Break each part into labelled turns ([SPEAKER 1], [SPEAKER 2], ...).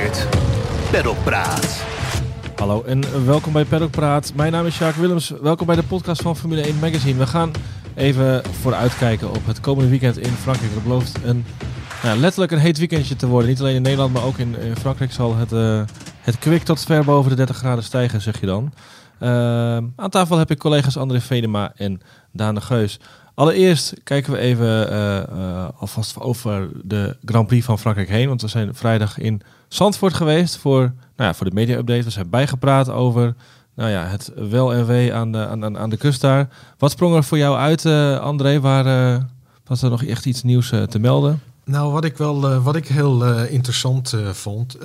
[SPEAKER 1] presenteert Paddock Praat.
[SPEAKER 2] Hallo en welkom bij Paddock Praat. Mijn naam is Sjaak Willems. Welkom bij de podcast van Formule 1 Magazine. We gaan even vooruitkijken op het komende weekend in Frankrijk. Dat belooft letterlijk een heet weekendje te worden. Niet alleen in Nederland, maar ook in Frankrijk zal het kwik tot ver boven de 30 graden stijgen, zeg je dan. Aan tafel heb ik collega's André Vedema en Daan de Geus. Allereerst kijken we even alvast over de Grand Prix van Frankrijk heen. Want we zijn vrijdag in Zandvoort geweest voor de media-update. We zijn bijgepraat over het wel en wee aan de kust daar. Wat sprong er voor jou uit, André? Was er nog echt iets nieuws te melden?
[SPEAKER 3] Nou, wat ik heel interessant vond,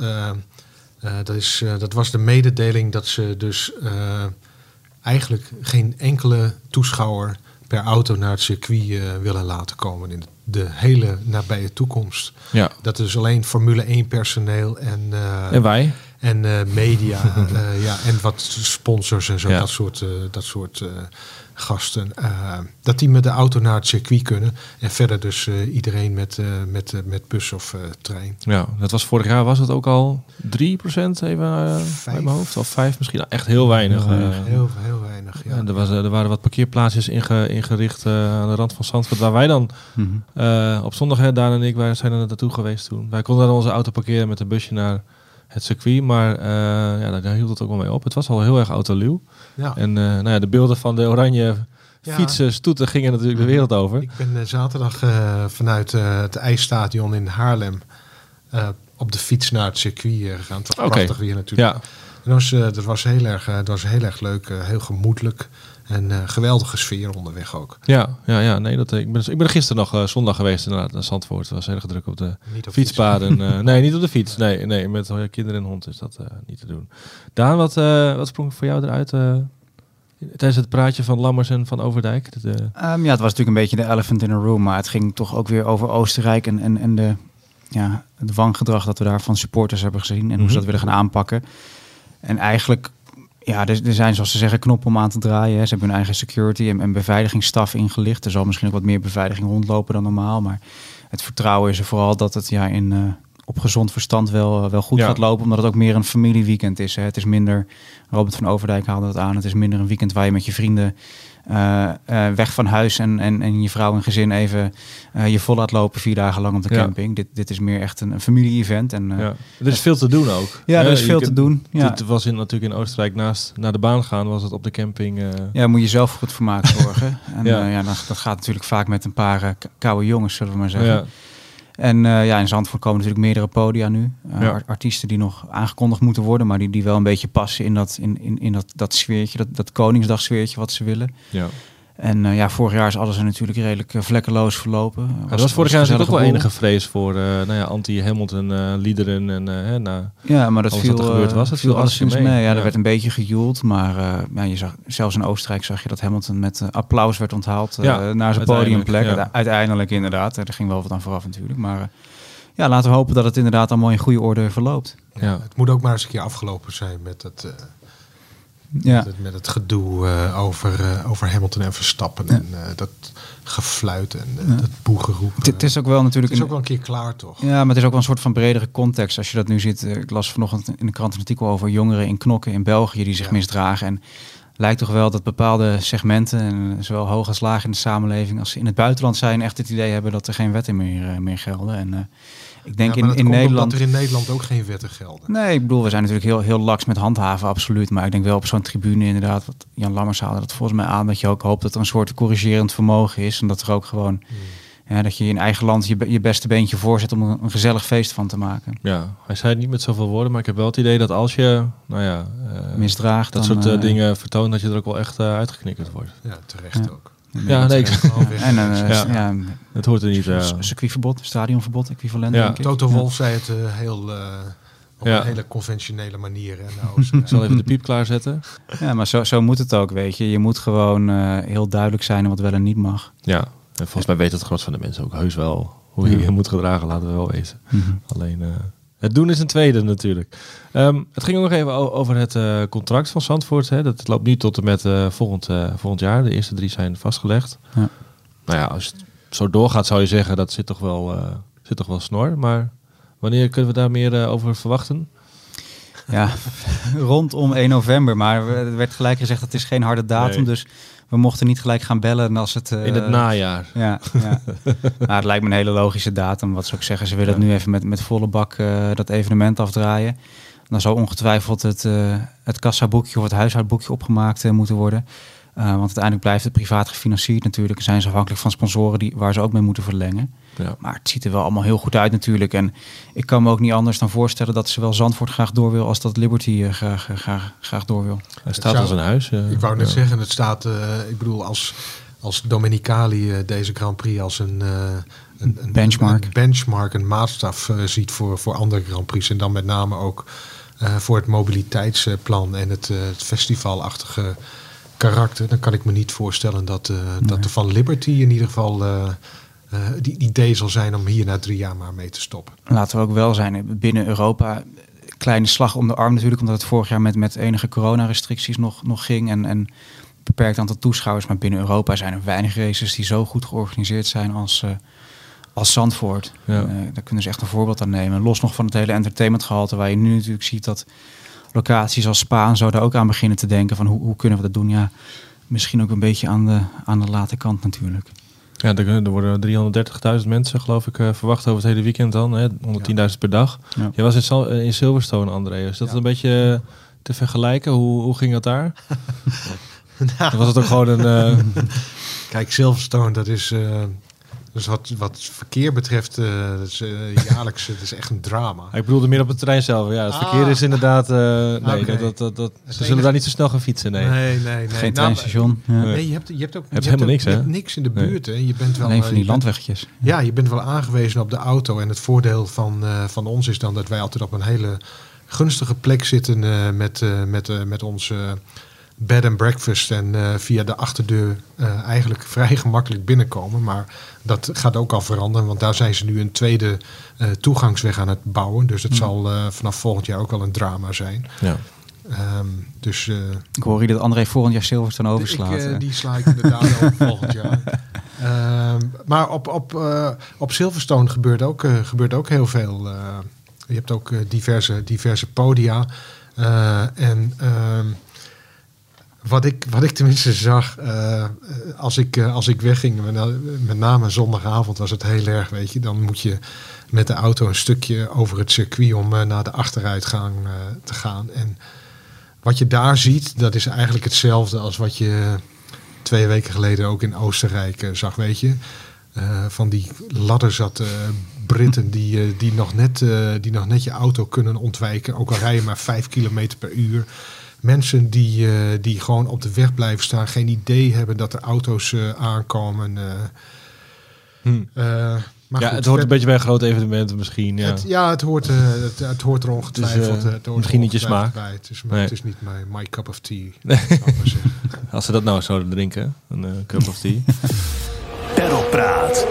[SPEAKER 3] dat was de mededeling dat ze dus eigenlijk geen enkele toeschouwer per auto naar het circuit willen laten komen in de hele nabije toekomst. Ja. Dat is alleen Formule 1 personeel en wij. En media en wat sponsors en zo, ja. dat soort gasten. Dat die met de auto naar het circuit kunnen. En verder dus iedereen met bus of trein. Ja,
[SPEAKER 2] dat was vorig jaar, was het ook al 3% even uit mijn hoofd? Of 5 misschien? Echt heel weinig.
[SPEAKER 3] Heel weinig, ja.
[SPEAKER 2] Er waren wat parkeerplaatsjes ingericht aan de rand van Zandvoort. Waar wij dan op zondag, Daan en ik, wij zijn er naartoe geweest toen. Wij konden dan onze auto parkeren met een busje naar het circuit, maar daar hield het ook wel mee op. Het was al heel erg autoluw. Ja. En de beelden van de oranje fietsen, stoeten gingen natuurlijk de wereld over.
[SPEAKER 3] Ik ben zaterdag vanuit het IJsstadion in Haarlem op de fiets naar het circuit gegaan. Het was prachtig weer natuurlijk. Ja. En dat was heel erg leuk, heel gemoedelijk. En geweldige sfeer onderweg ook.
[SPEAKER 2] Nee, ik ben er gisteren nog zondag geweest naar Zandvoort. Het was heel erg druk op de fietspaden. Nee, niet op de fiets. Nee, met kinderen en hond is dat niet te doen. Daan, wat sprong voor jou eruit tijdens het praatje van Lammers en van Overdijk?
[SPEAKER 4] Het was natuurlijk een beetje de elephant in the room. Maar het ging toch ook weer over Oostenrijk en het wangedrag dat we daar van supporters hebben gezien. En hoe ze dat willen gaan aanpakken. En eigenlijk... Ja, er zijn, zoals ze zeggen, knoppen om aan te draaien. Hè. Ze hebben hun eigen security en beveiligingsstaf ingelicht. Er zal misschien ook wat meer beveiliging rondlopen dan normaal. Maar het vertrouwen is er vooral dat het op gezond verstand wel goed gaat lopen. Omdat het ook meer een familieweekend is. Hè. Het is minder, Robert van Overdijk haalde het aan, het is minder een weekend waar je met je vrienden weg van huis en je vrouw en gezin even je vol laat lopen 4 dagen lang op de camping. Dit is meer echt een familie-event. Er
[SPEAKER 2] is veel te doen ook.
[SPEAKER 4] Ja, er is veel te doen. Ja.
[SPEAKER 2] Het was natuurlijk in Oostenrijk naar de baan gaan, was het op de camping.
[SPEAKER 4] Ja, moet je zelf goed vermaak zorgen. En dat gaat natuurlijk vaak met een paar koude jongens, zullen we maar zeggen. Ja. En in Zandvoort komen natuurlijk meerdere podia nu. Artiesten die nog aangekondigd moeten worden, maar die wel een beetje passen in dat sfeertje, dat Koningsdag-sfeertje wat ze willen. Ja. En vorig jaar is alles er natuurlijk redelijk vlekkeloos verlopen.
[SPEAKER 2] Er was vorig jaar natuurlijk ook wel enige vrees voor anti-Hamilton-liederen
[SPEAKER 4] maar dat viel,
[SPEAKER 2] gebeurd was. Het viel
[SPEAKER 4] alleszins mee. Ja, er werd een beetje gejoeld, maar je zag, zelfs in Oostenrijk zag je dat Hamilton met applaus werd onthaald naar zijn podiumplek. Ja. Uiteindelijk inderdaad. Er ging wel wat aan vooraf natuurlijk, maar laten we hopen dat het inderdaad allemaal in goede orde verloopt.
[SPEAKER 3] Ja. Het moet ook maar eens een keer afgelopen zijn met het... Met het gedoe over Hamilton en Verstappen en dat gefluit en dat boegeroep.
[SPEAKER 4] Het is ook wel natuurlijk...
[SPEAKER 3] Het is ook wel een keer klaar, toch?
[SPEAKER 4] Ja, maar het is ook wel een soort van bredere context. Als je dat nu ziet, ik las vanochtend in de krant een artikel over jongeren in Knokke in België die zich misdragen. En lijkt toch wel dat bepaalde segmenten, en zowel hoog als laag in de samenleving, als ze in het buitenland zijn, echt het idee hebben dat er geen wetten meer gelden. En ik denk in Nederland...
[SPEAKER 3] dat er in Nederland ook geen wetten gelden.
[SPEAKER 4] Nee, ik bedoel, we zijn natuurlijk heel laks met handhaven, absoluut. Maar ik denk wel op zo'n tribune inderdaad, wat Jan Lammers haalde dat volgens mij aan, dat je ook hoopt dat er een soort corrigerend vermogen is. En dat er ook gewoon, dat je in eigen land je beste beentje voorzet om een gezellig feest van te maken.
[SPEAKER 2] Ja, hij zei het niet met zoveel woorden, maar ik heb wel het idee dat als je,
[SPEAKER 4] misdraagt,
[SPEAKER 2] dat
[SPEAKER 4] dan,
[SPEAKER 2] soort dingen vertoont, dat je er ook wel echt uitgeknikkerd wordt.
[SPEAKER 3] Ja, terecht ook.
[SPEAKER 2] Het hoort er niet.
[SPEAKER 4] Circuitverbod, stadionverbod, equivalent.
[SPEAKER 3] Ja. Toto Wolff zei het op een hele conventionele manier.
[SPEAKER 2] Ik zal even de piep klaarzetten.
[SPEAKER 4] Ja, maar zo moet het ook, weet je. Je moet gewoon heel duidelijk zijn wat wel en niet mag.
[SPEAKER 2] Ja, en volgens mij weet het gros van de mensen ook heus wel hoe je je moet gedragen, laten we wel wezen. Alleen... het doen is een tweede natuurlijk. Het ging ook nog even over het contract van Zandvoort. Hè. Dat loopt nu tot en met volgend jaar. De eerste 3 zijn vastgelegd. Ja. Als het zo doorgaat zou je zeggen dat zit toch wel snor. Maar Wanneer kunnen we daar meer over verwachten?
[SPEAKER 4] Ja, rondom 1 november. Maar er werd gelijk gezegd dat het is geen harde datum.
[SPEAKER 2] Nee.
[SPEAKER 4] Dus we mochten niet gelijk gaan bellen als het...
[SPEAKER 2] In het najaar.
[SPEAKER 4] Ja. Maar het lijkt me een hele logische datum. Wat ze ook zeggen, ze willen het nu even met volle bak dat evenement afdraaien. Dan zal ongetwijfeld het kassaboekje of het huishoudboekje opgemaakt moeten worden. Want uiteindelijk blijft het privaat gefinancierd natuurlijk. Zijn ze afhankelijk van sponsoren waar ze ook mee moeten verlengen.
[SPEAKER 2] Ja.
[SPEAKER 4] Maar het ziet er wel allemaal heel goed uit natuurlijk. En ik kan me ook niet anders dan voorstellen dat zowel Zandvoort graag door wil als dat Liberty graag door wil.
[SPEAKER 2] Hij staat als een huis.
[SPEAKER 3] Ik wou net zeggen, het staat, ik bedoel, als Domenicali deze Grand Prix als een
[SPEAKER 4] benchmark,
[SPEAKER 3] een maatstaf ziet voor andere Grand Prix. En dan met name ook voor het mobiliteitsplan en het festivalachtige karakter. Dan kan ik me niet voorstellen dat er van Liberty in ieder geval die idee zal zijn om hier na 3 jaar maar mee te stoppen.
[SPEAKER 4] Laten we ook wel zijn, binnen Europa, kleine slag om de arm natuurlijk, omdat het vorig jaar met enige coronarestricties nog ging en beperkt aantal toeschouwers. Maar binnen Europa zijn er weinig races die zo goed georganiseerd zijn als Zandvoort.
[SPEAKER 2] Ja.
[SPEAKER 4] Daar kunnen ze echt een voorbeeld aan nemen. Los nog van het hele entertainmentgehalte, waar je nu natuurlijk ziet dat locaties als Spa en zo daar ook aan beginnen te denken van hoe kunnen we dat doen? Ja, misschien ook een beetje aan de late kant natuurlijk.
[SPEAKER 2] Ja, er worden 330.000 mensen, geloof ik, verwacht over het hele weekend dan. Hè? 110.000 per dag. Ja. Je was in Silverstone, André. Is dat een beetje te vergelijken? Hoe ging dat daar?
[SPEAKER 3] Nou,
[SPEAKER 2] was het ook gewoon een...
[SPEAKER 3] Kijk, Silverstone, dat is... Dus wat verkeer betreft, dat is, jaarlijks, het is echt een drama.
[SPEAKER 2] Ik bedoelde meer op het terrein zelf. Ja, het verkeer is inderdaad... nee,
[SPEAKER 3] okay.
[SPEAKER 2] Ze zullen daar niet zo snel gaan fietsen. Nee.
[SPEAKER 4] Geen treinstation.
[SPEAKER 3] Nee, je hebt ook
[SPEAKER 2] helemaal niks, hè?
[SPEAKER 3] Niks in de buurt. Hè? Je bent wel,
[SPEAKER 4] alleen van die landweggetjes.
[SPEAKER 3] Je bent wel aangewezen op de auto. En het voordeel van ons is dan dat wij altijd op een hele gunstige plek zitten met onze bed and breakfast en via de achterdeur eigenlijk vrij gemakkelijk binnenkomen. Maar dat gaat ook al veranderen, want daar zijn ze nu een tweede toegangsweg aan het bouwen. Dus het zal vanaf volgend jaar ook wel een drama zijn.
[SPEAKER 2] Ja.
[SPEAKER 4] Ik hoor hier dat André volgend jaar Silverstone overslaat.
[SPEAKER 3] Die sla ik inderdaad ook volgend jaar. Maar op Silverstone gebeurt ook heel veel. Je hebt ook diverse podia. Wat ik tenminste zag, als ik wegging, met name zondagavond was het heel erg, weet je. Dan moet je met de auto een stukje over het circuit om naar de achteruitgang te gaan. En wat je daar ziet, dat is eigenlijk hetzelfde als wat je 2 weken geleden ook in Oostenrijk zag, weet je. Van die ladderzatte Britten die nog net je auto kunnen ontwijken, ook al rij je maar 5 kilometer per uur. Mensen die gewoon op de weg blijven staan, geen idee hebben dat er auto's aankomen. Maar goed,
[SPEAKER 2] het hoort een beetje bij een groot evenement misschien. Ja.
[SPEAKER 3] Het hoort er ongetwijfeld.
[SPEAKER 2] Het misschien niet je smaak.
[SPEAKER 3] Bij. Het is niet my cup of tea.
[SPEAKER 2] Als ze dat nou zouden drinken, een cup of tea.
[SPEAKER 1] Pedalpraat.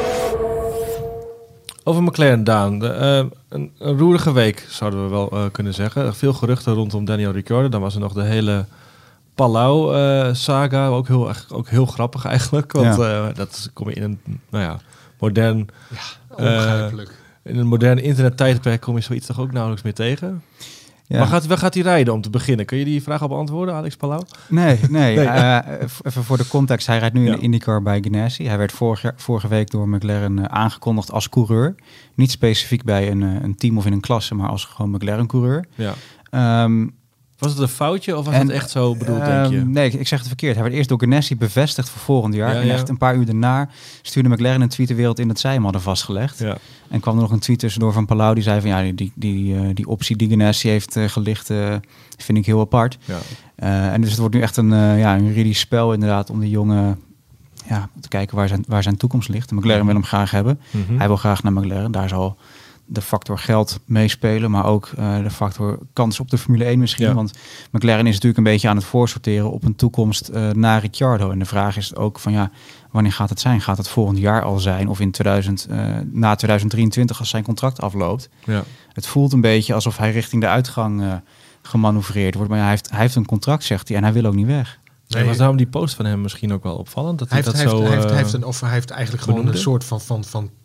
[SPEAKER 2] Over McLaren, Daan. Een roerige week, zouden we wel kunnen zeggen. Veel geruchten rondom Daniel Ricciardo. Dan was er nog de hele Palau-saga. Ook heel grappig eigenlijk. Want dat kom je in een modern...
[SPEAKER 3] onbegrijpelijk.
[SPEAKER 2] In een modern internettijdperk kom je zoiets toch ook nauwelijks meer tegen. Ja. Maar waar gaat hij rijden om te beginnen? Kun je die vraag al beantwoorden, Alex Palau?
[SPEAKER 4] Nee. Even voor de context. Hij rijdt nu in de IndyCar bij Ganassi. Hij werd vorige week door McLaren aangekondigd als coureur. Niet specifiek bij een team of in een klasse, maar als gewoon McLaren-coureur.
[SPEAKER 2] Ja. Was het een foutje of was het echt zo bedoeld, denk je?
[SPEAKER 4] Nee, ik zeg het verkeerd. Hij werd eerst door Ganassi bevestigd voor volgend jaar. En echt een paar uur daarna stuurde McLaren een tweet de wereld in dat zij hem hadden vastgelegd. Ja. En kwam er nog een tweet tussendoor van Palau die zei van die optie die Ganassi heeft gelicht vind ik heel apart. Ja. En dus het wordt nu echt een juridisch spel inderdaad om die jongen te kijken waar zijn toekomst ligt. De McLaren wil hem graag hebben. Mm-hmm. Hij wil graag naar McLaren. Daar zal de factor geld meespelen, maar ook de factor kans op de Formule 1 misschien. Ja. Want McLaren is natuurlijk een beetje aan het voorsorteren op een toekomst naar Ricciardo. En de vraag is ook van wanneer gaat het zijn? Gaat het volgend jaar al zijn of in na 2023 als zijn contract afloopt? Ja. Het voelt een beetje alsof hij richting de uitgang gemanoeuvreerd wordt. Maar hij heeft een contract, zegt hij, en hij wil ook niet weg.
[SPEAKER 2] Nee, was daarom die post van hem misschien ook wel opvallend? Dat hij heeft eigenlijk gewoon een soort van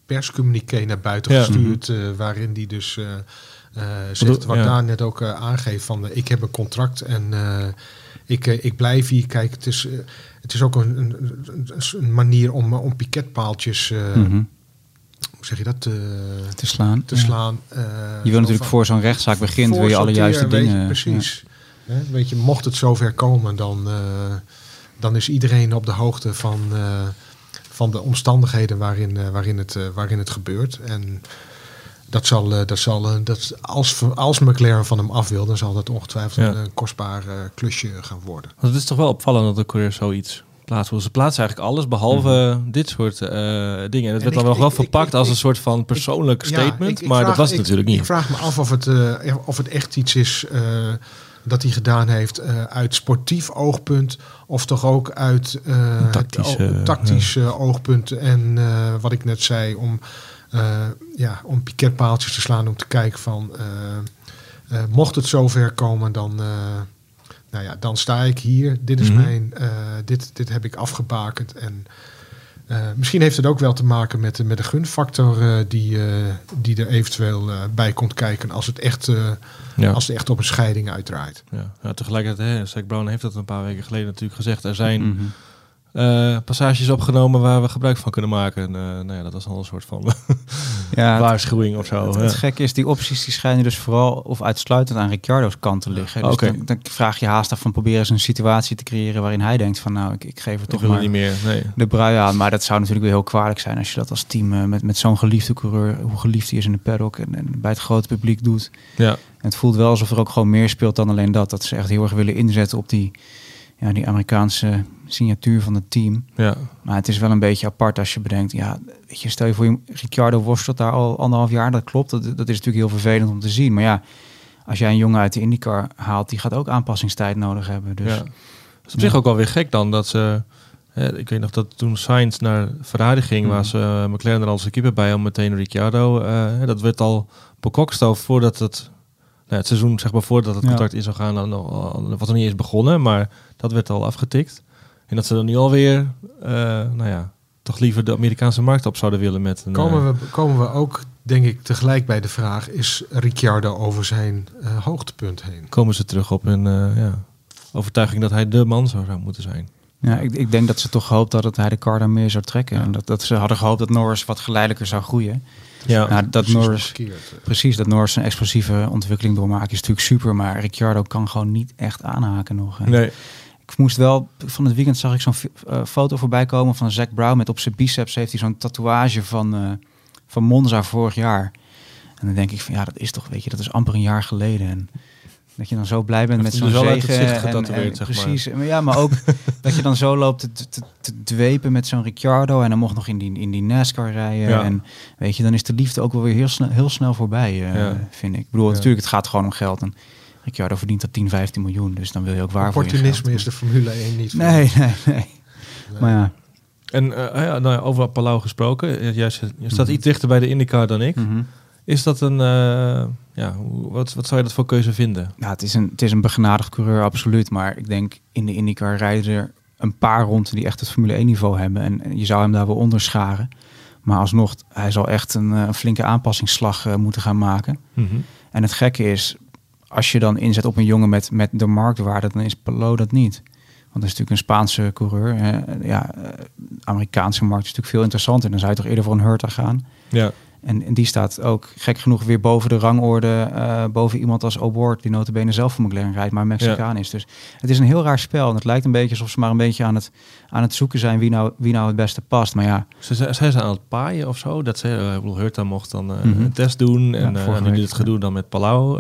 [SPEAKER 3] perscommuniqué naar buiten gestuurd, waarin die dus zegt wat Daan net ook aangeeft van ik heb een contract en ik blijf hier. Kijk, het is ook een manier om piketpaaltjes, hoe zeg je dat,
[SPEAKER 4] te slaan.
[SPEAKER 3] Je
[SPEAKER 4] wil natuurlijk voor zo'n rechtszaak begint, wil je alle juiste dingen.
[SPEAKER 3] Precies. Ja. Weet je, mocht het zover komen, dan is iedereen op de hoogte van de omstandigheden waarin het gebeurt. En als McLaren van hem af wil, dan zal dat ongetwijfeld een kostbaar klusje gaan worden.
[SPEAKER 2] Want het is toch wel opvallend dat de coureur zoiets plaatst. Ze plaatsen eigenlijk alles behalve dit soort dingen. En dat werd dan nog wel verpakt als een soort van persoonlijk statement, maar dat was het natuurlijk niet.
[SPEAKER 3] Ik vraag me af of het echt iets is dat hij gedaan heeft uit sportief oogpunt of toch ook uit tactisch oogpunt. En wat ik net zei, om piketpaaltjes te slaan, om te kijken van mocht het zover komen, dan sta ik hier. Dit is dit heb ik afgebakend. En misschien heeft het ook wel te maken met de gunfactor die er eventueel bij komt kijken als het echt op een scheiding uitdraait.
[SPEAKER 2] Ja, tegelijkertijd, Zac Brown heeft dat een paar weken geleden natuurlijk gezegd. Er zijn passages opgenomen waar we gebruik van kunnen maken. Dat was al een soort van waarschuwing of zo.
[SPEAKER 4] Het gekke is, die opties die schijnen dus vooral of uitsluitend aan Ricciardo's kant te liggen. Dus dan vraag je haast af van proberen eens een situatie te creëren waarin hij denkt van ik geef het toch maar
[SPEAKER 2] niet meer,
[SPEAKER 4] de brui aan. Maar dat zou natuurlijk weer heel kwalijk zijn als je dat als team met zo'n geliefde coureur, hoe geliefd hij is in de paddock en bij het grote publiek doet. Ja. En het voelt wel alsof er ook gewoon meer speelt dan alleen dat ze echt heel erg willen inzetten op die Amerikaanse signatuur van het team. Ja. Maar het is wel een beetje apart als je bedenkt, weet je, stel je voor, Ricciardo worstelt daar al 1,5 jaar, dat klopt. Dat is natuurlijk heel vervelend om te zien. Maar als jij een jongen uit de IndyCar haalt, die gaat ook aanpassingstijd nodig hebben. Dus,
[SPEAKER 2] het is op zich ook wel weer gek dan dat ze... ik weet nog dat toen Sainz naar Ferrari ging, was McLaren er als keeper bij om meteen Ricciardo. Dat werd al bekokstoofd voordat het seizoen, zeg maar, voordat het contract in zou gaan, was er niet eens begonnen, maar dat werd al afgetikt. En dat ze dan nu alweer, toch liever de Amerikaanse markt op zouden willen met een...
[SPEAKER 3] Komen we ook, denk ik, tegelijk bij de vraag, is Ricciardo over zijn hoogtepunt heen?
[SPEAKER 2] Komen ze terug op een overtuiging dat hij de man zou moeten zijn?
[SPEAKER 4] Ja, ik denk dat ze toch gehoopt dat hij de car daar meer zou trekken. En dat ze hadden gehoopt dat Norris wat geleidelijker zou groeien. Ja, dat Norris een explosieve ontwikkeling doormaakt is natuurlijk super, maar Ricciardo kan gewoon niet echt aanhaken nog.
[SPEAKER 2] Nee.
[SPEAKER 4] Ik moest wel, van het weekend zag ik zo'n foto voorbij komen van Zac Brown met op zijn biceps heeft hij zo'n tatoeage van Monza vorig jaar. En dan denk ik van dat is toch, weet je, dat is amper een jaar geleden. En dat je dan zo blij bent met zo'n zege. Precies, maar ook dat je dan zo loopt te dwepen met zo'n Ricciardo en dan mocht nog in die NASCAR rijden. Ja. En weet je, dan is de liefde ook wel weer heel snel voorbij, vind ik. Ik bedoel, natuurlijk, het gaat gewoon om geld. En Ricciardo verdient dat 10, 15 miljoen, dus dan wil je ook waar voor je geld.
[SPEAKER 3] Opportunisme is de Formule 1 niet.
[SPEAKER 4] Nee. Maar ja.
[SPEAKER 2] En over Palou gesproken, je staat iets dichter bij de IndyCar dan ik.
[SPEAKER 4] Mm-hmm.
[SPEAKER 2] Is dat een... wat zou je dat voor keuze vinden?
[SPEAKER 4] Ja, het is een begenadigd coureur, absoluut. Maar ik denk, in de IndyCar rijden er een paar rond die echt het Formule 1 niveau hebben. En je zou hem daar wel onder scharen. Maar alsnog, hij zal echt een flinke aanpassingsslag moeten gaan maken.
[SPEAKER 2] Mm-hmm.
[SPEAKER 4] En het gekke is, als je dan inzet op een jongen met de marktwaarde, dan is Palou dat niet. Want dat is natuurlijk een Spaanse coureur. Amerikaanse markt is natuurlijk veel interessanter. Dan zou je toch eerder voor een Hurta gaan.
[SPEAKER 2] Ja.
[SPEAKER 4] En die staat ook gek genoeg weer boven de rangorde, boven iemand als O'Ward, die nota bene zelf voor McLaren rijdt, maar Mexicaan is. Dus het is een heel raar spel. En het lijkt een beetje alsof ze maar een beetje aan het zoeken zijn wie nou het beste past. Maar ja.
[SPEAKER 2] Zij zijn aan het paaien of zo. Dat ze, Hurta mocht dan een test doen. En nu dit gedoe dan met Palou.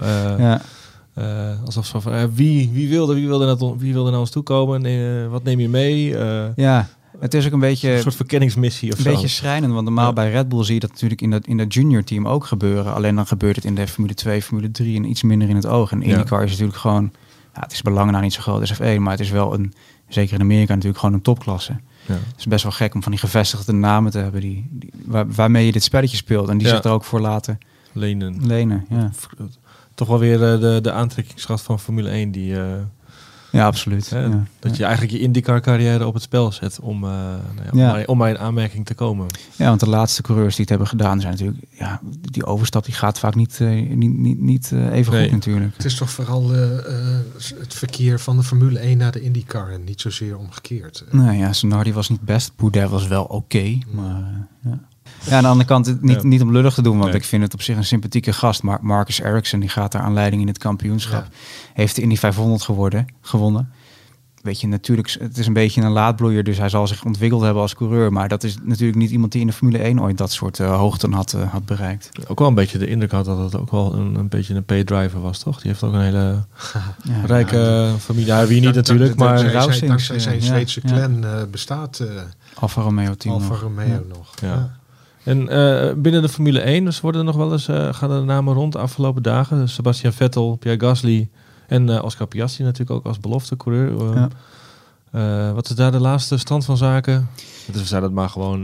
[SPEAKER 2] Alsof ze wie wilde naar ons toe komen? Wat neem je mee?
[SPEAKER 4] Het is ook een beetje
[SPEAKER 2] een soort verkenningsmissie of
[SPEAKER 4] zo. Een beetje schrijnend, want normaal bij Red Bull zie je dat natuurlijk in dat junior team ook gebeuren. Alleen dan gebeurt het in de Formule 2, Formule 3 en iets minder in het oog. En IndyCar is natuurlijk gewoon, het is belangen nou niet zo groot als F1, maar het is wel zeker in Amerika natuurlijk gewoon een topklasse. Ja. Het is best wel gek om van die gevestigde namen te hebben waarmee je dit spelletje speelt en die zich er ook voor laten
[SPEAKER 2] lenen.
[SPEAKER 4] Ja.
[SPEAKER 2] Toch wel weer de aantrekkingskracht van Formule 1 die
[SPEAKER 4] Ja, absoluut.
[SPEAKER 2] Hè?
[SPEAKER 4] Ja.
[SPEAKER 2] Dat je eigenlijk je IndyCar-carrière op het spel zet om bij een aanmerking te komen.
[SPEAKER 4] Ja, want de laatste coureurs die het hebben gedaan zijn natuurlijk... Ja, die overstap die gaat vaak niet even goed natuurlijk.
[SPEAKER 3] Het is toch vooral het verkeer van de Formule 1 naar de IndyCar en niet zozeer omgekeerd.
[SPEAKER 4] Nee, ja, Zanardi was niet best. Boudet was wel oké, maar... Ja, aan de andere kant niet om lullig te doen, want ik vind het op zich een sympathieke gast. Maar Marcus Ericsson, die gaat daar aan leiding in het kampioenschap. Ja. Heeft de Indy 500 gewonnen. Weet je, natuurlijk, het is een beetje een laadbloeier, dus hij zal zich ontwikkeld hebben als coureur. Maar dat is natuurlijk niet iemand die in de Formule 1 ooit dat soort hoogten had bereikt.
[SPEAKER 2] Ook wel een beetje de indruk had dat het ook wel een beetje een pay-driver was, toch? Die heeft ook een hele rijke familie. Ja, wie niet natuurlijk, maar...
[SPEAKER 3] Dankzij zijn Zweedse clan bestaat
[SPEAKER 4] Alfa Romeo team
[SPEAKER 3] nog.
[SPEAKER 2] Ja. En binnen de Formule 1 dus worden er nog wel eens gaan de namen rond de afgelopen dagen. Sebastian Vettel, Pierre Gasly en Oscar Piastri natuurlijk ook als beloftecoureur. Wat is daar de laatste stand van zaken? Dus we zeiden het maar gewoon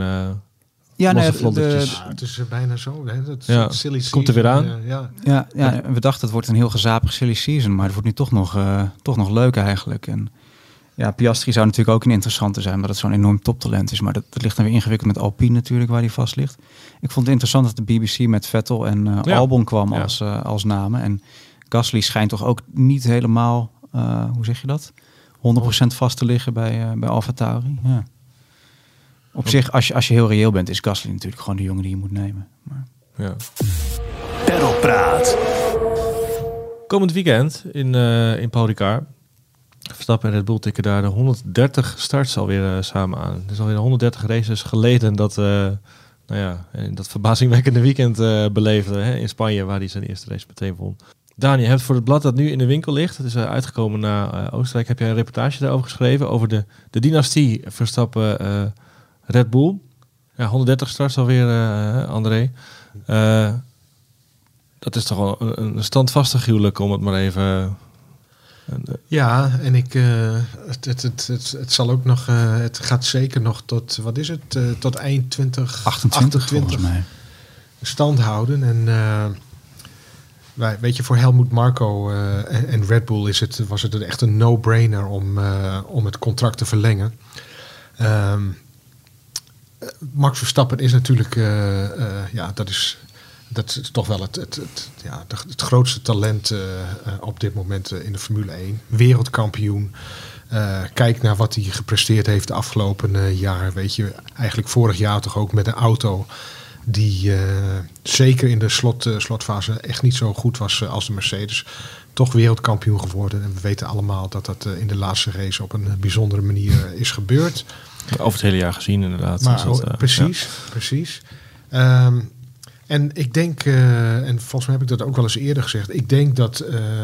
[SPEAKER 3] het is bijna zo. Hè? Dat silly season,
[SPEAKER 2] komt er weer aan.
[SPEAKER 4] We dachten het wordt een heel gezapig silly season, maar het wordt nu toch nog leuk eigenlijk. En ja, Piastri zou natuurlijk ook een interessante zijn, omdat het zo'n enorm toptalent is. Maar dat ligt dan weer ingewikkeld met Alpine natuurlijk, waar hij vast ligt. Ik vond het interessant dat de BBC met Vettel en Albon kwam als namen. En Gasly schijnt toch ook niet helemaal, hoe zeg je dat? 100% vast te liggen bij AlphaTauri. Ja. Op zich, als je heel reëel bent, is Gasly natuurlijk gewoon de jongen die je moet nemen. Maar...
[SPEAKER 2] Ja.
[SPEAKER 1] Pedalpraat.
[SPEAKER 2] Komend weekend in Paul Ricard. Verstappen en Red Bull tikken daar de 130 starts alweer samen aan. Het is alweer 130 races geleden dat dat verbazingwekkende weekend beleefde in Spanje, waar hij zijn eerste race meteen won. Dani, je hebt voor het blad dat nu in de winkel ligt, het is uitgekomen na Oostenrijk, heb jij een reportage daarover geschreven, over de dynastie Verstappen Red Bull. Ja, 130 starts alweer, André. Dat is toch wel een standvastig huwelijk, om het maar even...
[SPEAKER 3] Ja, en het zal ook nog, het gaat zeker nog tot, wat is het, tot eind 2028
[SPEAKER 4] volgens mij
[SPEAKER 3] stand houden. En weet je, voor Helmut Marko en Red Bull was het echt een no-brainer om het contract te verlengen. Max Verstappen is natuurlijk, dat is toch wel het grootste talent op dit moment in de Formule 1. Wereldkampioen. Kijk naar wat hij gepresteerd heeft de afgelopen jaar. Weet je, eigenlijk vorig jaar toch ook met een auto die zeker in de slotfase echt niet zo goed was als de Mercedes. Toch wereldkampioen geworden. En we weten allemaal dat dat in de laatste race op een bijzondere manier is gebeurd.
[SPEAKER 2] Over het hele jaar gezien inderdaad.
[SPEAKER 3] Maar, precies. En ik denk, en volgens mij heb ik dat ook wel eens eerder gezegd, ik denk dat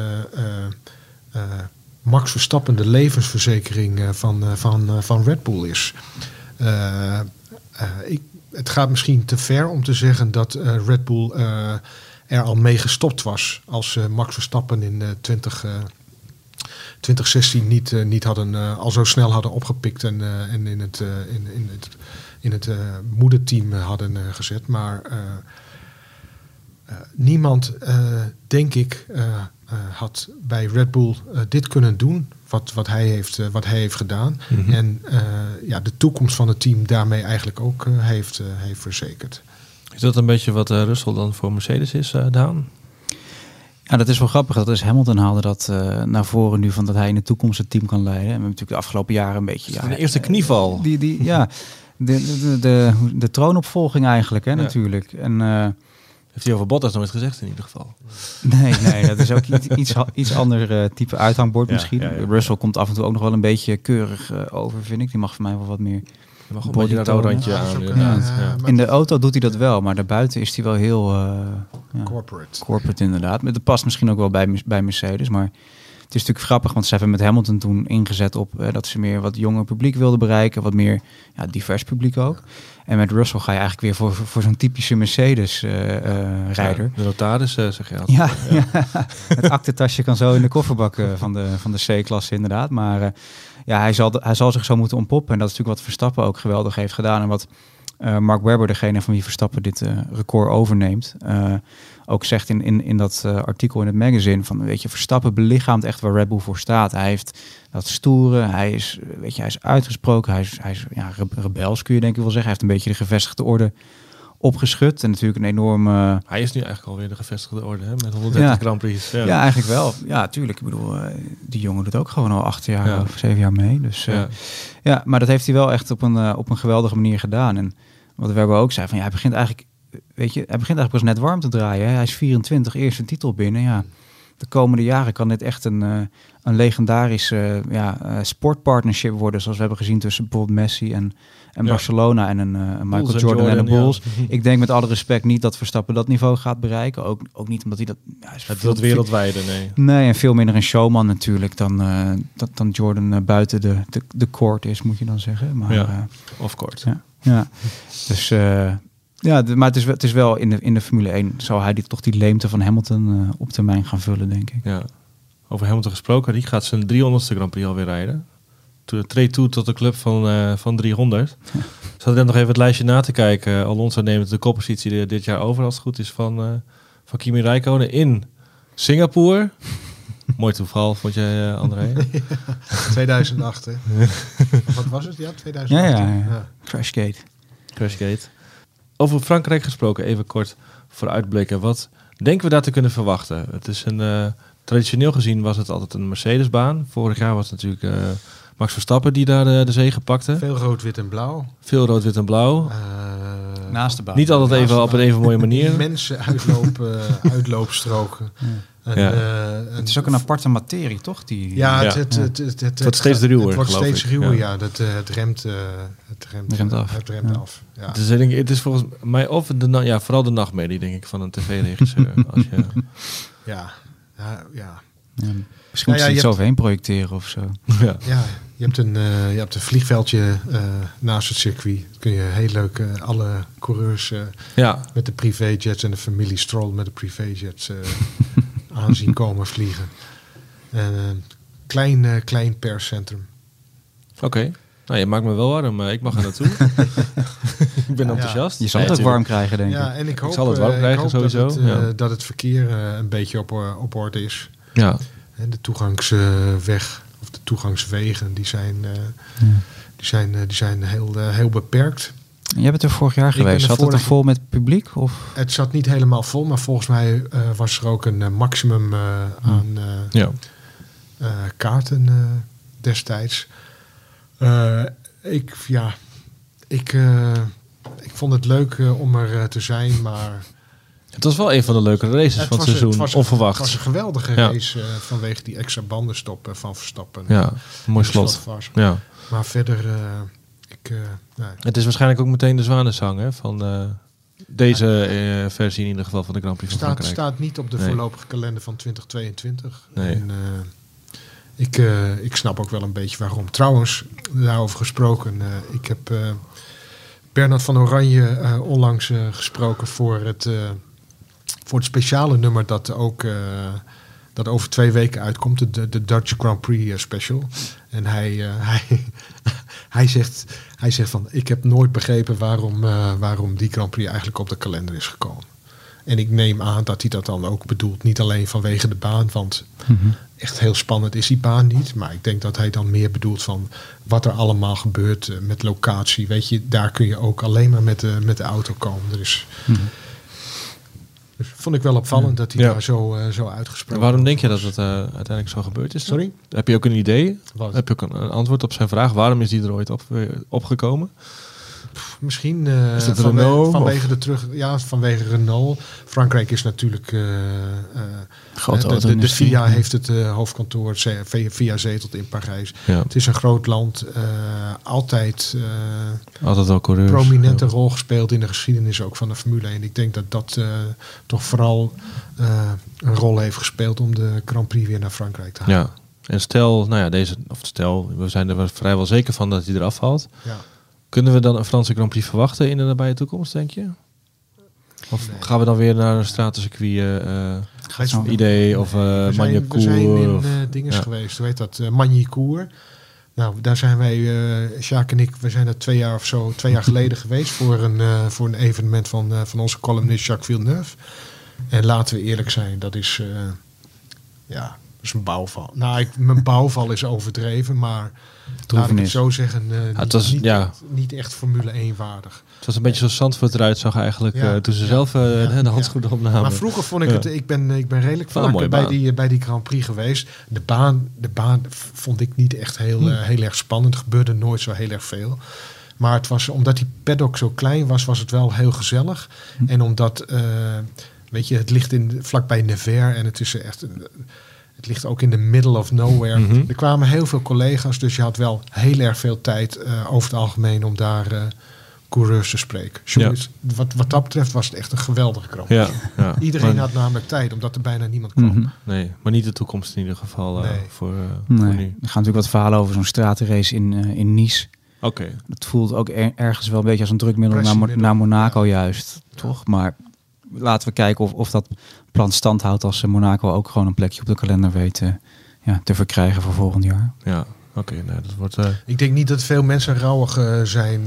[SPEAKER 3] Max Verstappen de levensverzekering van Red Bull is. Het gaat misschien te ver om te zeggen dat Red Bull er al mee gestopt was als Max Verstappen in 2016 niet hadden al zo snel hadden opgepikt en in het moederteam hadden gezet. Maar niemand, denk ik, had bij Red Bull dit kunnen doen wat hij heeft gedaan. Mm-hmm. En de toekomst van het team daarmee eigenlijk ook heeft verzekerd.
[SPEAKER 2] Is dat een beetje wat Russell dan voor Mercedes is, Daan?
[SPEAKER 4] Ja, dat is wel grappig. Dat is Hamilton haalde dat naar voren nu, van dat hij in de toekomst het team kan leiden. En we hebben natuurlijk de afgelopen jaren een beetje...
[SPEAKER 2] de eerste knieval.
[SPEAKER 4] De troonopvolging eigenlijk, hè, natuurlijk. En...
[SPEAKER 2] heeft hij over Bottas nooit gezegd in ieder geval.
[SPEAKER 4] Nee, dat is ook iets ander type uithangbord misschien. Ja. Russell komt af en toe ook nog wel een beetje keurig over, vind ik. Die mag voor mij wel wat meer...
[SPEAKER 2] Je mag een beetje dat randje aan.
[SPEAKER 4] In de auto doet hij dat wel, maar daarbuiten is hij wel heel...
[SPEAKER 3] corporate
[SPEAKER 4] inderdaad. Dat past misschien ook wel bij Mercedes, maar... Het is natuurlijk grappig, want ze hebben met Hamilton toen ingezet op dat ze meer wat jonger publiek wilden bereiken. Wat meer divers publiek ook. En met Russell ga je eigenlijk weer voor zo'n typische Mercedes-rijder.
[SPEAKER 2] De notaris, zeg je al.
[SPEAKER 4] Ja. Het aktentasje kan zo in de kofferbak van de C-klasse inderdaad. Maar hij zal zich zo moeten ontpoppen. En dat is natuurlijk wat Verstappen ook geweldig heeft gedaan. En wat Mark Webber, degene van wie Verstappen dit record overneemt... ook zegt in dat artikel in het magazine van, weet je, Verstappen belichaamt echt waar Red Bull voor staat. Hij heeft dat stoere, hij is uitgesproken, hij is rebels, kun je denk ik wel zeggen. Hij heeft een beetje de gevestigde orde opgeschud en natuurlijk een enorme...
[SPEAKER 2] Hij is nu eigenlijk alweer de gevestigde orde, hè? Met 130 Grand Prix.
[SPEAKER 4] Ja, eigenlijk wel. Ja, tuurlijk. Ik bedoel, die jongen doet ook gewoon al 8 jaar of 7 jaar mee. Dus maar dat heeft hij wel echt op een geweldige manier gedaan. En wat Webber ook zei, van hij begint eigenlijk pas net warm te draaien. Hè? Hij is 24, eerste titel binnen. Ja. De komende jaren kan dit echt een legendarische sportpartnership worden, zoals we hebben gezien tussen bijvoorbeeld Messi en Barcelona en een Michael Jordan en de Bulls. Ja. Ik denk met alle respect niet dat Verstappen dat niveau gaat bereiken. Ook niet omdat hij dat...
[SPEAKER 2] Het wil wereldwijde, nee.
[SPEAKER 4] Nee, en veel minder een showman natuurlijk dan Jordan buiten de court is, moet je dan zeggen. Maar,
[SPEAKER 2] of court.
[SPEAKER 4] Ja. Dus... maar het is wel in de Formule 1 zou hij die leemte van Hamilton op termijn gaan vullen, denk ik.
[SPEAKER 2] Ja. Over Hamilton gesproken, die gaat zijn 300ste Grand Prix alweer rijden. Treedt toe tot de club van 300. Zat ik net nog even het lijstje na te kijken. Alonso neemt de koppositie dit jaar over, als het goed is, van Kimi Räikkönen in Singapore. Mooi toeval, vond jij, André?
[SPEAKER 3] 2008, hè? Wat was het? Ja, 2008.
[SPEAKER 4] Ja. Crashgate.
[SPEAKER 2] Over Frankrijk gesproken, even kort vooruitblikken. Wat denken we daar te kunnen verwachten? Het is traditioneel gezien was het altijd een Mercedes-baan. Vorig jaar was het natuurlijk Max Verstappen die daar de zege pakte.
[SPEAKER 3] Veel rood, wit en blauw.
[SPEAKER 4] Naast de baan.
[SPEAKER 2] Niet altijd even op een even mooie manier.
[SPEAKER 3] Mensen uitloopstroken.
[SPEAKER 4] Het is ook een aparte materie, toch?
[SPEAKER 2] Het wordt steeds ruwer.
[SPEAKER 3] Het wordt steeds ruwer, Het remt af. Ja.
[SPEAKER 2] Dus het is volgens mij vooral de nachtmerrie, denk ik, van een tv-regisseur.
[SPEAKER 4] Misschien moet je iets overheen projecteren of zo.
[SPEAKER 3] Ja, je hebt een vliegveldje naast het circuit. Dan kun je heel leuk alle coureurs met de privéjets en de familie Stroll met de privéjets aanzien komen vliegen. Klein perscentrum.
[SPEAKER 2] Oké. Nou, je maakt me wel warm. Ik mag er naartoe. Ik ben enthousiast.
[SPEAKER 4] Je zal het ook warm krijgen, denk ik.
[SPEAKER 3] Ja, en ik
[SPEAKER 2] zal het warm krijgen, sowieso.
[SPEAKER 3] Dat het verkeer een beetje op orde is.
[SPEAKER 2] Ja.
[SPEAKER 3] En de toegangsweg of de toegangswegen die zijn heel beperkt.
[SPEAKER 4] Jij bent er vorig jaar geweest. Zat het er vol met publiek? Of?
[SPEAKER 3] Het zat niet helemaal vol, maar volgens mij was er ook een maximum aan kaarten destijds. Ik vond het leuk om er te zijn, maar...
[SPEAKER 2] Het was wel een van de leuke races van het seizoen, onverwacht.
[SPEAKER 3] Het was een geweldige race vanwege die extra bandenstop van Verstappen.
[SPEAKER 2] Ja, mooi slot. Ja.
[SPEAKER 3] Maar verder...
[SPEAKER 2] Het is waarschijnlijk ook meteen de zwanenzang, hè, van deze versie in ieder geval van de Grand Prix van Frankrijk.
[SPEAKER 3] Het staat niet op de voorlopige kalender van 2022.
[SPEAKER 2] Nee.
[SPEAKER 3] En, ik snap ook wel een beetje waarom. Trouwens, daarover gesproken, ik heb Bernard van Oranje onlangs gesproken voor het speciale nummer dat ook dat over 2 weken uitkomt, de Dutch Grand Prix special. En hij zegt van, ik heb nooit begrepen waarom die Grand Prix eigenlijk op de kalender is gekomen. En ik neem aan dat hij dat dan ook bedoelt, niet alleen vanwege de baan, want echt heel spannend is die baan niet. Maar ik denk dat hij dan meer bedoelt van wat er allemaal gebeurt met locatie. Weet je, daar kun je ook alleen maar met de auto komen. Dus vond ik wel opvallend dat hij daar zo uitgesproken.
[SPEAKER 2] Waarom denk je dat het uiteindelijk zo gebeurd is?
[SPEAKER 3] Sorry?
[SPEAKER 2] Heb je ook een idee?
[SPEAKER 3] Wat?
[SPEAKER 2] Heb je ook een antwoord op zijn vraag? Waarom is die er ooit opgekomen?
[SPEAKER 3] Misschien
[SPEAKER 2] is het Renault,
[SPEAKER 3] vanwege Renault. Frankrijk is natuurlijk... de FIA heeft het hoofdkantoor. FIA zetelt in Parijs.
[SPEAKER 2] Ja.
[SPEAKER 3] Het is een groot land. Altijd
[SPEAKER 2] wel coureurs.
[SPEAKER 3] Prominente rol gespeeld in de geschiedenis ook van de Formule 1. Ik denk dat toch vooral een rol heeft gespeeld om de Grand Prix weer naar Frankrijk te halen.
[SPEAKER 2] Ja. En stel, we zijn er vrijwel zeker van dat hij eraf valt.
[SPEAKER 3] Ja.
[SPEAKER 2] Kunnen we dan een Franse Grand Prix verwachten in de nabije toekomst, denk je? Of gaan we dan weer naar een stratencircuit idee of Magny-Cours?
[SPEAKER 3] We zijn in dinges geweest, hoe heet dat? Magny-Cours. Nou, daar zijn wij, Sjaak en ik, we zijn er 2 jaar geleden geweest voor een evenement van onze columnist Jacques Villeneuve. En laten we eerlijk zijn, dat is een bouwval. Nou, mijn bouwval is overdreven, maar laat ik het zo zeggen, niet echt Formule 1 waardig.
[SPEAKER 2] Het was een beetje zoals Zandvoort eruit zag eigenlijk toen ze zelf de handschoenen opnamen.
[SPEAKER 3] Maar vroeger vond ik het, ik ben redelijk vaak bij die Grand Prix geweest. De baan vond ik niet echt heel erg spannend. Er gebeurde nooit zo heel erg veel. Maar het was, omdat die paddock zo klein was het wel heel gezellig. En omdat, het ligt vlakbij Nevers en het is echt... Het ligt ook in the middle of nowhere. Mm-hmm. Er kwamen heel veel collega's, dus je had wel heel erg veel tijd over het algemeen om daar coureurs te spreken. Wat dat betreft was het echt een geweldige Grand Prix. Iedereen had namelijk tijd, omdat er bijna niemand kwam.
[SPEAKER 2] Mm-hmm. Nee, maar niet de toekomst in ieder geval voor nu.
[SPEAKER 4] Er gaan natuurlijk wat verhalen over zo'n stratenrace in Nice.
[SPEAKER 2] Okay.
[SPEAKER 4] Het voelt ook ergens wel een beetje als een drukmiddel naar Monaco juist, toch? Maar laten we kijken of dat plan stand houdt als Monaco ook gewoon een plekje op de kalender weet te verkrijgen voor volgend jaar.
[SPEAKER 2] Ja, oké. Dat wordt...
[SPEAKER 3] Ik denk niet dat veel mensen rouwig zijn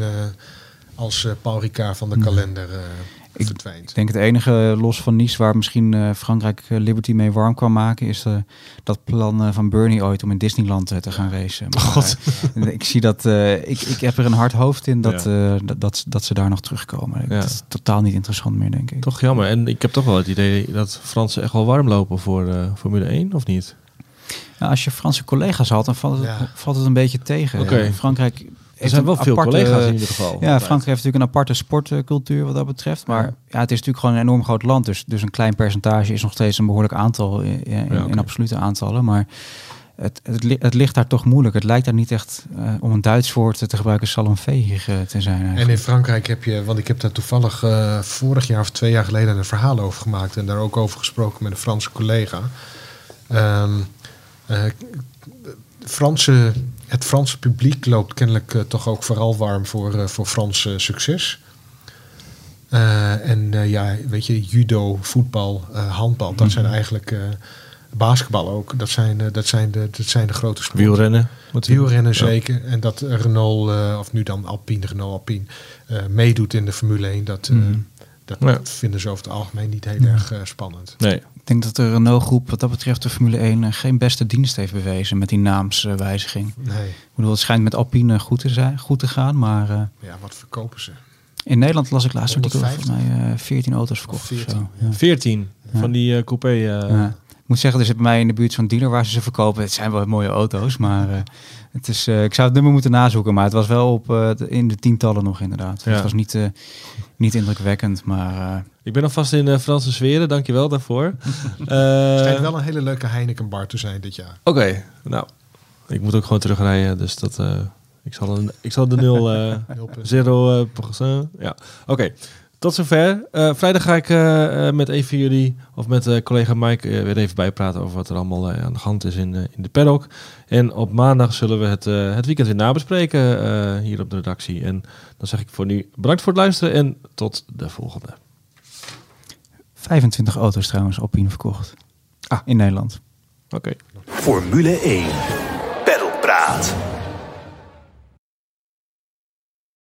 [SPEAKER 3] als Paul Ricard van de kalender verdwijnt.
[SPEAKER 4] Ik denk het enige los van Nice waar misschien Frankrijk Liberty mee warm kan maken is dat plan van Bernie ooit om in Disneyland te gaan racen. Maar, ik zie dat ik heb er een hard hoofd in dat ze daar nog terugkomen. Dat is totaal niet interessant meer, denk ik.
[SPEAKER 2] Toch jammer. En ik heb toch wel het idee dat Fransen echt wel warm lopen voor Formule 1, of niet?
[SPEAKER 4] Ja, als je Franse collega's had, dan valt het een beetje tegen.
[SPEAKER 2] Okay.
[SPEAKER 4] Frankrijk...
[SPEAKER 2] Er zijn wel veel collega's in ieder geval.
[SPEAKER 4] Ja, Frankrijk heeft natuurlijk een aparte sportcultuur wat dat betreft. Maar het is natuurlijk gewoon een enorm groot land. Dus een klein percentage is nog steeds een behoorlijk aantal in absolute aantallen. Maar het ligt daar toch moeilijk. Het lijkt daar niet echt, om een Duits woord te gebruiken, salonveeg te zijn. Eigenlijk.
[SPEAKER 3] En in Frankrijk heb je, want ik heb daar toevallig vorig jaar of 2 jaar geleden een verhaal over gemaakt. En daar ook over gesproken met een Franse collega. Het Franse publiek loopt kennelijk toch ook vooral warm voor Frans succes. Judo, voetbal, handbal, dat zijn eigenlijk basketbal ook. Dat zijn de grote sporten. Wielrennen zeker. En dat Renault, of nu dan Renault Alpine, meedoet in de Formule 1, dat vinden ze over het algemeen niet heel erg spannend.
[SPEAKER 2] Nee.
[SPEAKER 4] Ik denk dat de Renault-groep wat dat betreft de Formule 1 geen beste dienst heeft bewezen met die naamswijziging.
[SPEAKER 3] Nee.
[SPEAKER 4] Ik bedoel, het schijnt met Alpine goed te gaan, maar...
[SPEAKER 3] wat verkopen ze?
[SPEAKER 4] In Nederland las ik laatst volgens mij 14 auto's verkocht.
[SPEAKER 2] 14 van die coupé.
[SPEAKER 4] Ik moet zeggen, er zit bij mij in de buurt zo'n dealer waar ze verkopen. Het zijn wel mooie auto's, maar het is, ik zou het nummer moeten nazoeken. Maar het was wel in de tientallen nog inderdaad. Ja. Het was niet indrukwekkend, maar...
[SPEAKER 2] Ik ben alvast in Franse sferen, dankjewel daarvoor.
[SPEAKER 3] Het schijnt wel een hele leuke Heineken bar te zijn dit jaar.
[SPEAKER 2] Oké, nou, ik moet ook gewoon terugrijden, dus dat... Ik zal de 0 ja, oké. Tot zover. Vrijdag ga ik met een van jullie, of met collega Mike, weer even bijpraten over wat er allemaal aan de hand is in de paddock. En op maandag zullen we het weekend weer nabespreken hier op de redactie. En dan zeg ik voor nu bedankt voor het luisteren en tot de volgende.
[SPEAKER 4] 25 auto's trouwens Alpine verkocht. In Nederland.
[SPEAKER 2] Oké.
[SPEAKER 1] Formule 1. Paddockpraat.